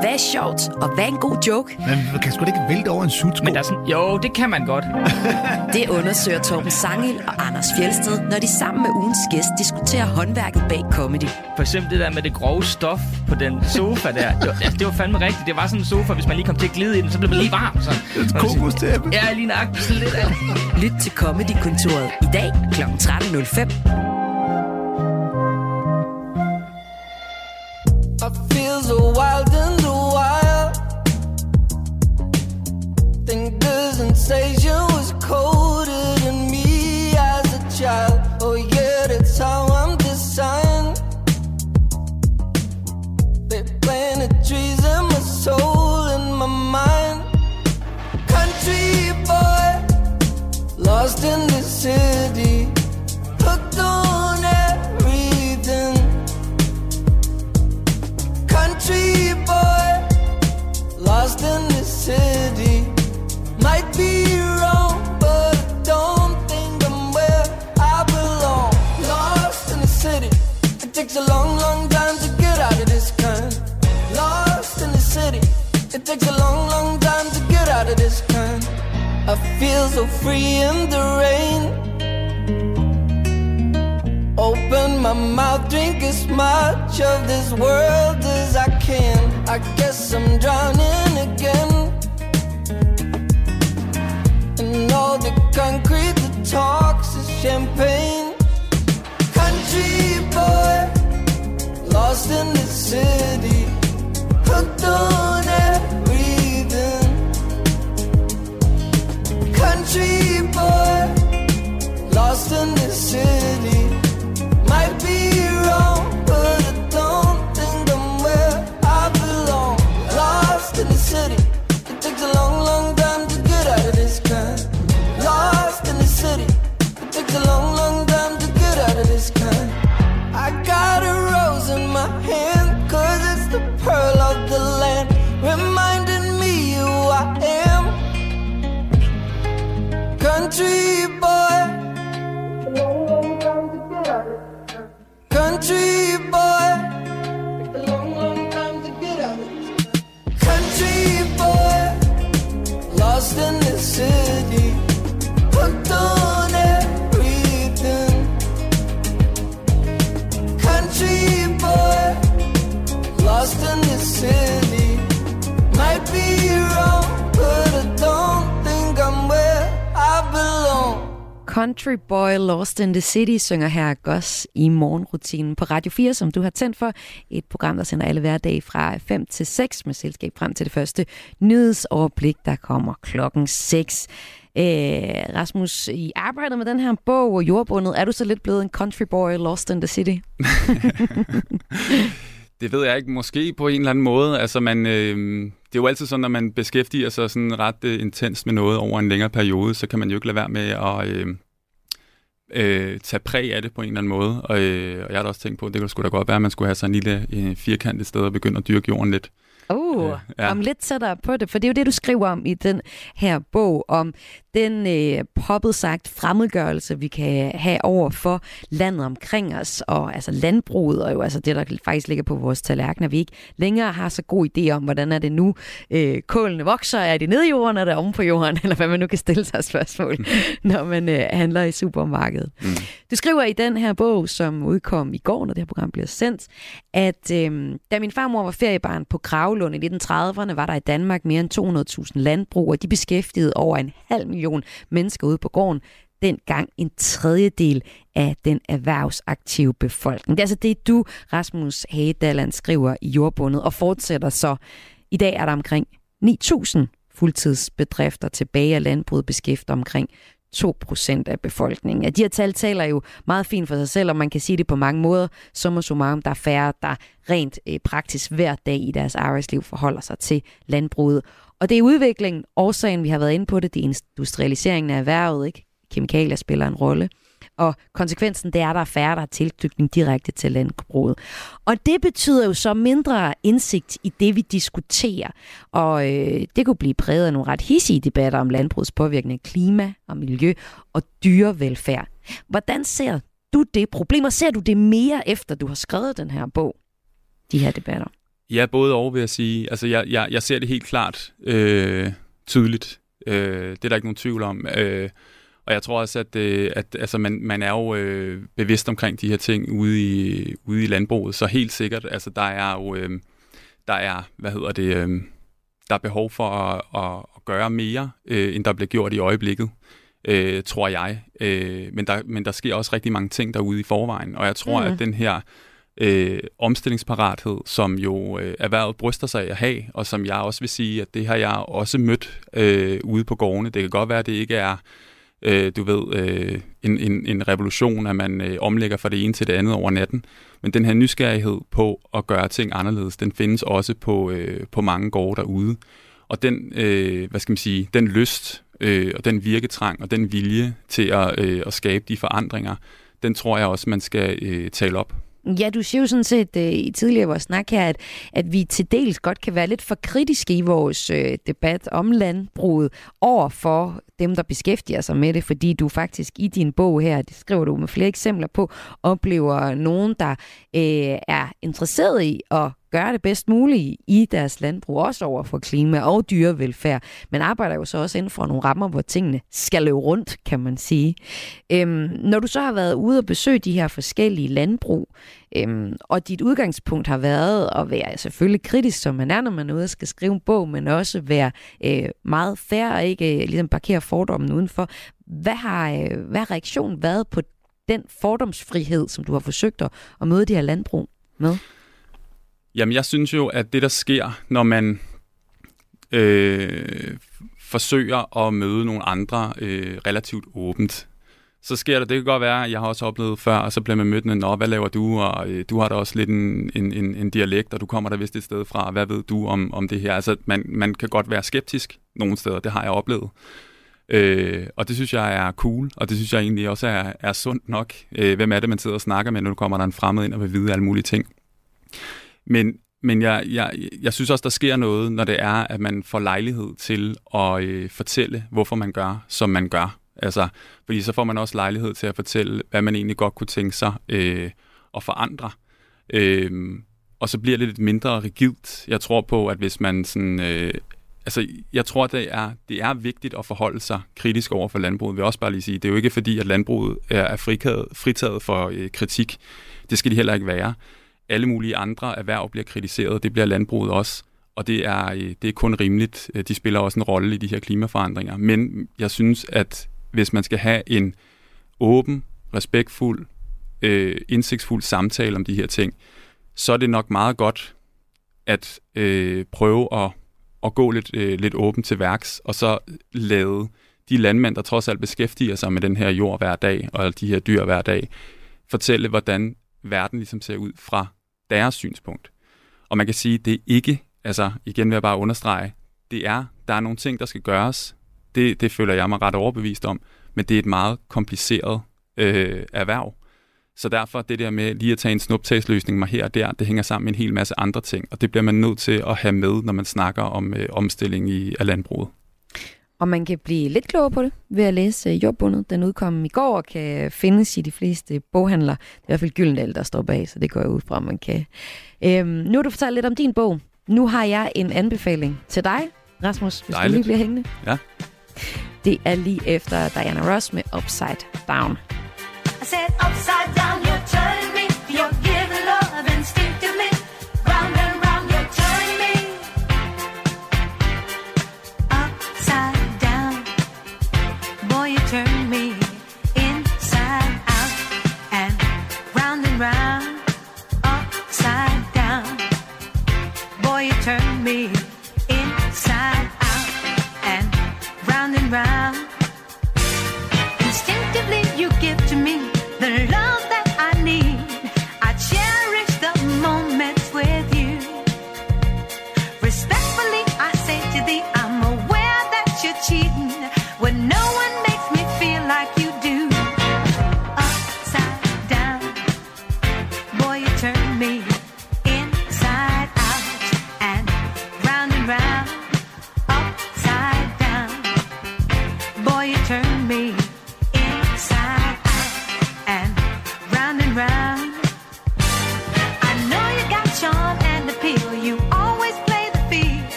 Hvad er sjovt, og hvad er en god joke? Man kan sgu da ikke vælte over en sutsko. Men der er sådan, jo, det kan man godt. Det undersøger Torben Sangel og Anders Fjeldsted, når de sammen med ugens gæst diskuterer håndværket bag comedy. For eksempel det der med det grove stof på den sofa der. Det var fandme rigtigt. Det var sådan en sofa, hvis man lige kom til at glide i den, så blev man lige varm. Sådan. Et kokostæppe. Ja, lige nøjagtigt sådan lidt af det. Lyt til Comedy-kontoret i dag kl. 13.05. I feel so wild in the wild. Think the sensation was coded in me as a child. Oh yeah, that's how I'm designed. They planted trees in my soul and my mind. Country boy, lost in the city, hooked on everything. Country boy, lost in the city. Might be wrong, but I don't think I'm where I belong. Lost in the city. It takes a long, long time to get out of this kind. Lost in the city. It takes a long, long time to get out of this kind. I feel so free in the rain. Open my mouth, drink as much of this world as I can. I guess I'm drowning again. And all the concrete that talks is champagne. Country boy, lost in the city, hooked on everything. Country boy, lost in the city. Might be wrong, but I don't think I'm where I belong. Lost in the city. It takes a long, long time to get out of this kind. Lost in the city. It takes a long, long time to get out of this kind. I got a rose in my hand, 'cause it's the pearl of the land, reminding me who I am. Country boy, country boy, a long, long time to get out of it. Country boy, lost in the city, hooked on everything. Country boy, lost in the city. Might be wrong, but I don't think I'm where I belong. Country Boy Lost in the City synger her Goss i morgenrutinen på Radio 4, som du har tændt for. Et program, der sender alle hverdage fra 5 til 6 med selskab frem til det første nyhedsoverblik, der kommer klokken 6. Rasmus, i arbejdet med den her bog, Jordbundet, er du så lidt blevet en country boy lost in the city? Det ved jeg ikke. Måske på en eller anden måde. Altså det er jo altid sådan, når man beskæftiger sig sådan ret intens med noget over en længere periode, så kan man jo ikke lade være med at tage præg af det på en eller anden måde. Og jeg har da også tænkt på, at det kunne sgu da godt være, at man skulle have sådan en lille firkantet sted og begynde at dyrke jorden lidt. Kom lidt tættere på det, for det er jo det, du skriver om i den her bog, om den poppet sagt fremmedgørelse, vi kan have over for landet omkring os, og altså landbruget, og jo altså det, der faktisk ligger på vores tallerkener, vi ikke længere har så god idé om, hvordan er det nu, kålene vokser, er det nede i jorden, er det oven på jorden, eller hvad man nu kan stille sig spørgsmål, når man handler i supermarkedet. Du skriver i den her bog, som udkom i går, når det her program bliver sendt, at da min farmor var feriebarn på Gravlund i 1930'erne, var der i Danmark mere end 200.000 landbrug, og de beskæftigede over 500.000 mennesker ude på gården. Dengang en tredjedel af den erhvervsaktive befolkning. Det er altså det, du, Rasmus Hagedalland, skriver i Jordbundet, og fortsætter så. I dag er der omkring 9.000 fuldtidsbedrifter tilbage, og landbruget beskæftiger omkring 2% af befolkningen. Ja, de her tal taler jo meget fint for sig selv, og man kan sige det på mange måder. Summa summarum, der er færre, der rent praktisk hver dag i deres arbejdsliv forholder sig til landbruget. Og det er udviklingen, årsagen, vi har været inde på det, det er industrialiseringen af erhvervet, ikke? Kemikalier spiller en rolle. Og konsekvensen, det er, at der er færre, der har tilknytning direkte til landbruget. Og det betyder jo så mindre indsigt i det, vi diskuterer. Og det kunne blive præget af nogle ret hidsige debatter om landbrugets påvirkning af klima og miljø og dyrevelfærd. Hvordan ser du det problem, og ser du det mere efter, du har skrevet den her bog, de her debatter? Ja, både og, vil jeg sige. Altså, jeg ser det helt klart tydeligt. Det er der ikke nogen tvivl om. Og jeg tror også, at altså man er jo bevidst omkring de her ting ude i landbruget, så helt sikkert, altså der er jo der er behov for at gøre mere, end der bliver gjort i øjeblikket, tror jeg. Men der sker også rigtig mange ting derude i forvejen, og jeg tror, at den her omstillingsparathed, som jo erhvervet bryster sig af at have, og som jeg også vil sige, at det har jeg også mødt ude på gårdene. Det kan godt være, at det ikke er en revolution, at man omlægger fra det ene til det andet over natten. Men den her nysgerrighed på at gøre ting anderledes, den findes også på mange gårde derude. Og den, den lyst og den virketrang og den vilje til at skabe de forandringer, den tror jeg også, man skal tale op. Ja, du siger jo sådan set i tidligere vores snak her, at vi til dels godt kan være lidt for kritiske i vores debat om landbruget over for dem, der beskæftiger sig med det, fordi du faktisk i din bog her, det skriver du med flere eksempler på, oplever nogen, der er interesseret i at gøre det bedst muligt i deres landbrug, også over for klima og dyrevelfærd, men arbejder jo så også inden for nogle rammer, hvor tingene skal løbe rundt, kan man sige. Når du så har været ude og besøge de her forskellige landbrug, og dit udgangspunkt har været at være selvfølgelig kritisk, som man er, når man er ude og skal skrive en bog, men også være meget fair og ikke ligesom parkere fordommen udenfor. Hvad har reaktionen været på den fordomsfrihed, som du har forsøgt at møde de her landbrug med? Jamen, jeg synes jo, at det, der sker, når man forsøger at møde nogle andre relativt åbent, så sker der, det kan godt være, jeg har også oplevet før, og så bliver man mødt med, hvad laver du, og du har da også lidt en dialekt, og du kommer der vist et sted fra, hvad ved du om det her? Altså, man kan godt være skeptisk nogle steder, det har jeg oplevet. Og det synes jeg er cool, og det synes jeg egentlig også er sundt nok. Hvem er det, man sidder og snakker med, når du kommer der en fremmed ind og vil vide alle mulige ting? Men jeg synes også, der sker noget, når det er, at man får lejlighed til at fortælle, hvorfor man gør, som man gør. Altså, fordi så får man også lejlighed til at fortælle, hvad man egentlig godt kunne tænke sig at forandre. Og så bliver det lidt mindre rigidt. Jeg tror på, at hvis man sådan... jeg tror, det er vigtigt at forholde sig kritisk over for landbruget. Jeg vil også bare lige sige, det er jo ikke fordi, at landbruget er fritaget for kritik. Det skal de heller ikke være. Alle mulige andre erhverv bliver kritiseret, det bliver landbruget også, og det er kun rimeligt. De spiller også en rolle i de her klimaforandringer. Men jeg synes, at hvis man skal have en åben, respektfuld, indsigtsfuld samtale om de her ting, så er det nok meget godt at prøve at gå lidt åbent til værks, og så lade de landmænd, der trods alt beskæftiger sig med den her jord hver dag, og de her dyr hver dag, fortælle, hvordan verden ligesom ser ud fra deres synspunkt. Og man kan sige, det er ikke, altså igen vil jeg bare understrege, der er nogle ting, der skal gøres. Det føler jeg mig ret overbevist om, men det er et meget kompliceret erhverv. Så derfor det der med lige at tage en snuptagsløsning mig her og der, det hænger sammen med en hel masse andre ting, og det bliver man nødt til at have med, når man snakker om omstilling af landbruget. Og man kan blive lidt klogere på det ved at læse Jordbundet. Den udkom i går og kan findes i de fleste boghandler. Det er i hvert fald Gyldendal, der står bag, så det går jeg ud fra, man kan. Nu har du fortalt lidt om din bog. Nu har jeg en anbefaling til dig, Rasmus, hvis du lige bliver hængende. Ja. Det er lige efter Diana Ross med Upside Down. I said upside down, you're turning me. You're giving love instinctively. Round and round, you're turning me. Upside down, boy, you turn me inside out. And round, upside down, boy, you turn me inside out. And round, instinctively you give to me the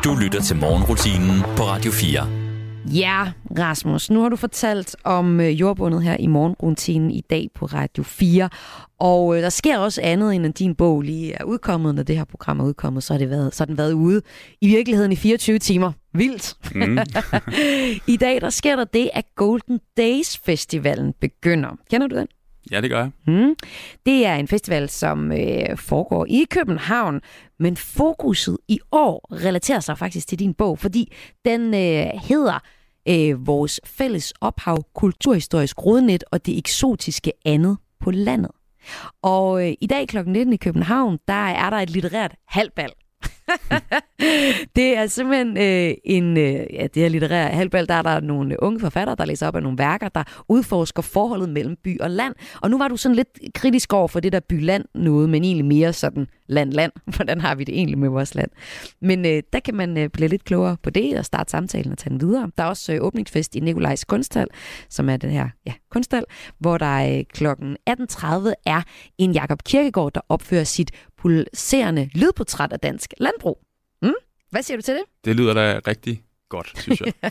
Du lytter til morgenrutinen på Radio 4. Ja, Rasmus, nu har du fortalt om jordbundet her i morgenrutinen i dag på Radio 4. Og der sker også andet, end at din bog lige er udkommet. Når det her program er udkommet, så har den været ude i virkeligheden i 24 timer. Vildt. I dag der sker der det, at Golden Days Festivalen begynder. Kender du den? Ja, det gør jeg. Det er en festival, som foregår i København, men fokuset i år relaterer sig faktisk til din bog, fordi den hedder Vores fælles ophav, kulturhistorisk rodnet og det eksotiske andet på landet. Og i dag kl. 19 i København, der er der et litterært halvbal. Det er simpelthen det her litterære halvbal, der er der nogle unge forfattere, der læser op af nogle værker, der udforsker forholdet mellem by og land. Og nu var du sådan lidt kritisk over for det der by-land noget, men egentlig mere sådan land-land. Hvordan har vi det egentlig med vores land? Men der kan man blive lidt klogere på det og starte samtalen og tage den videre. Der er også åbningsfest i Nikolajs Kunsthal, som er den her kunsthal, hvor der kl. 18.30 er en Jakob Kirkegaard, der opfører sit pulserende lydportræt af dansk landbrug. Hvad siger du til det? Det lyder da rigtig godt, synes jeg.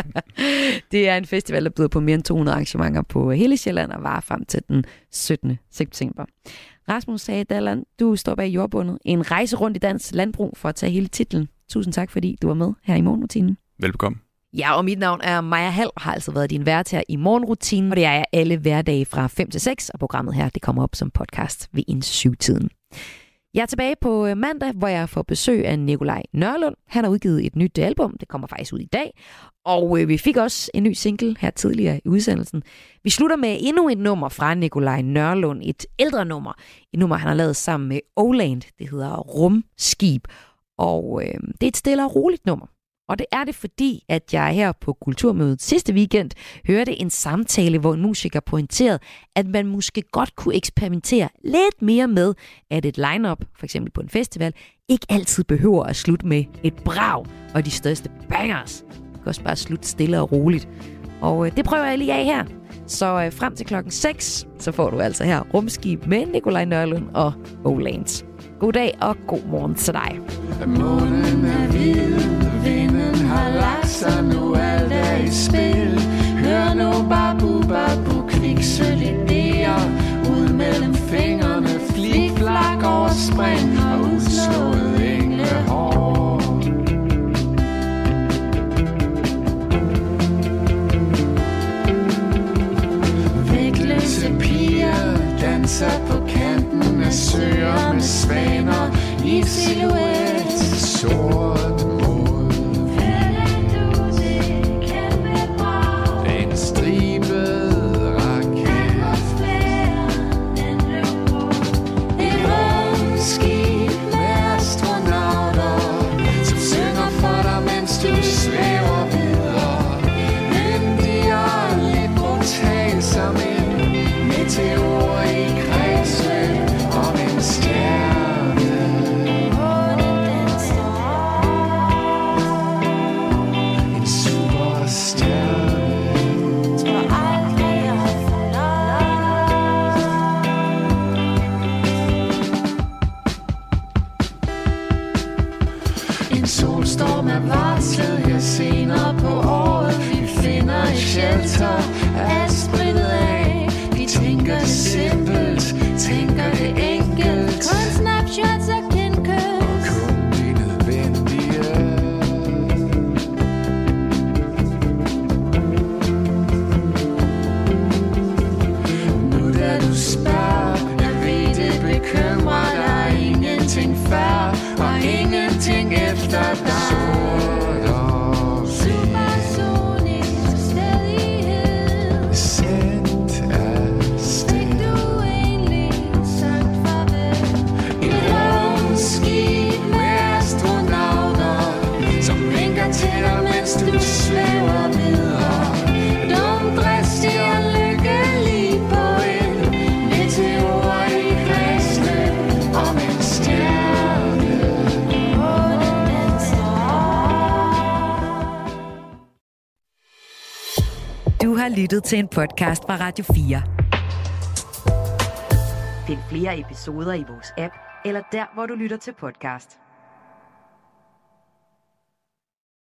Det er en festival, der byder på mere end 200 arrangementer på hele Sjælland og varer frem til den 17. september. Rasmus Sagedalland, du står bag jordbundet. En rejse rundt i dansk landbrug for at tage hele titlen. Tusind tak, fordi du var med her i morgenrutinen. Velbekomme. Ja, og mit navn er Maja Hall, har altså været din vært her i morgenrutinen, og det er jeg alle hverdage fra 5 til 6, og programmet her, det kommer op som podcast ved 7-tiden. Jeg er tilbage på mandag, hvor jeg får besøg af Nikolaj Nørlund. Han har udgivet et nyt album, det kommer faktisk ud i dag. Og vi fik også en ny single her tidligere i udsendelsen. Vi slutter med endnu et nummer fra Nikolaj Nørlund, et ældre nummer. Et nummer, han har lavet sammen med Oland. Det hedder Rumskib, og det er et stille og roligt nummer. Og det er det, fordi at jeg her på Kulturmødet sidste weekend hørte en samtale, hvor en musiker pointerede, at man måske godt kunne eksperimentere lidt mere med, at et line-up, for eksempel på en festival, ikke altid behøver at slutte med et brag og de største bangers. Det kan også bare slutte stille og roligt. Og det prøver jeg lige af her. Så frem til klokken 6, så får du altså her Rumskib med Nikolaj Nørlund og Olands. God dag og god morgen til dig. Månen er hvid, vinden har lagt sig, nu alt er i spil. Hør nu babu babu, kviksøl idéer, ud mellem fingrene, flik-flak over spring og udslået englehår. Vægtløse piger danser på kanten af søer med svaner i silhuet, sort mod. En stribet raket, et rumskib med astronauter, som synger for dig, mens du svæver videre. Yndig og lidt brutal som en meteor i kredsløb om en stjerne. En superstjerne. Tror aldrig jeg falder. En solstorm er varslet her senere på året. Vi finder et shelter, alt spritet af. Vi tænker det simpelt, tænker det enkelt. Kun snapshots og genkøb. Og kun det nødvendige. Nu da du spørger, jeg ved det bekymrer dig. Ingenting før og ingenting efter dig. Sort og hvid. Supersonisk stedighed. Sendt af sted. Fik du egentlig sagt farvel? Et rumskib med astronauter, som vinker til dig, mens du svæver videre. Dumdristig og lykkelig på en meteor i kredsløb om en stjerne. Månen danser. Du har lyttet til en podcast fra Radio 4. Find flere episoder i vores app, eller der, hvor du lytter til podcast.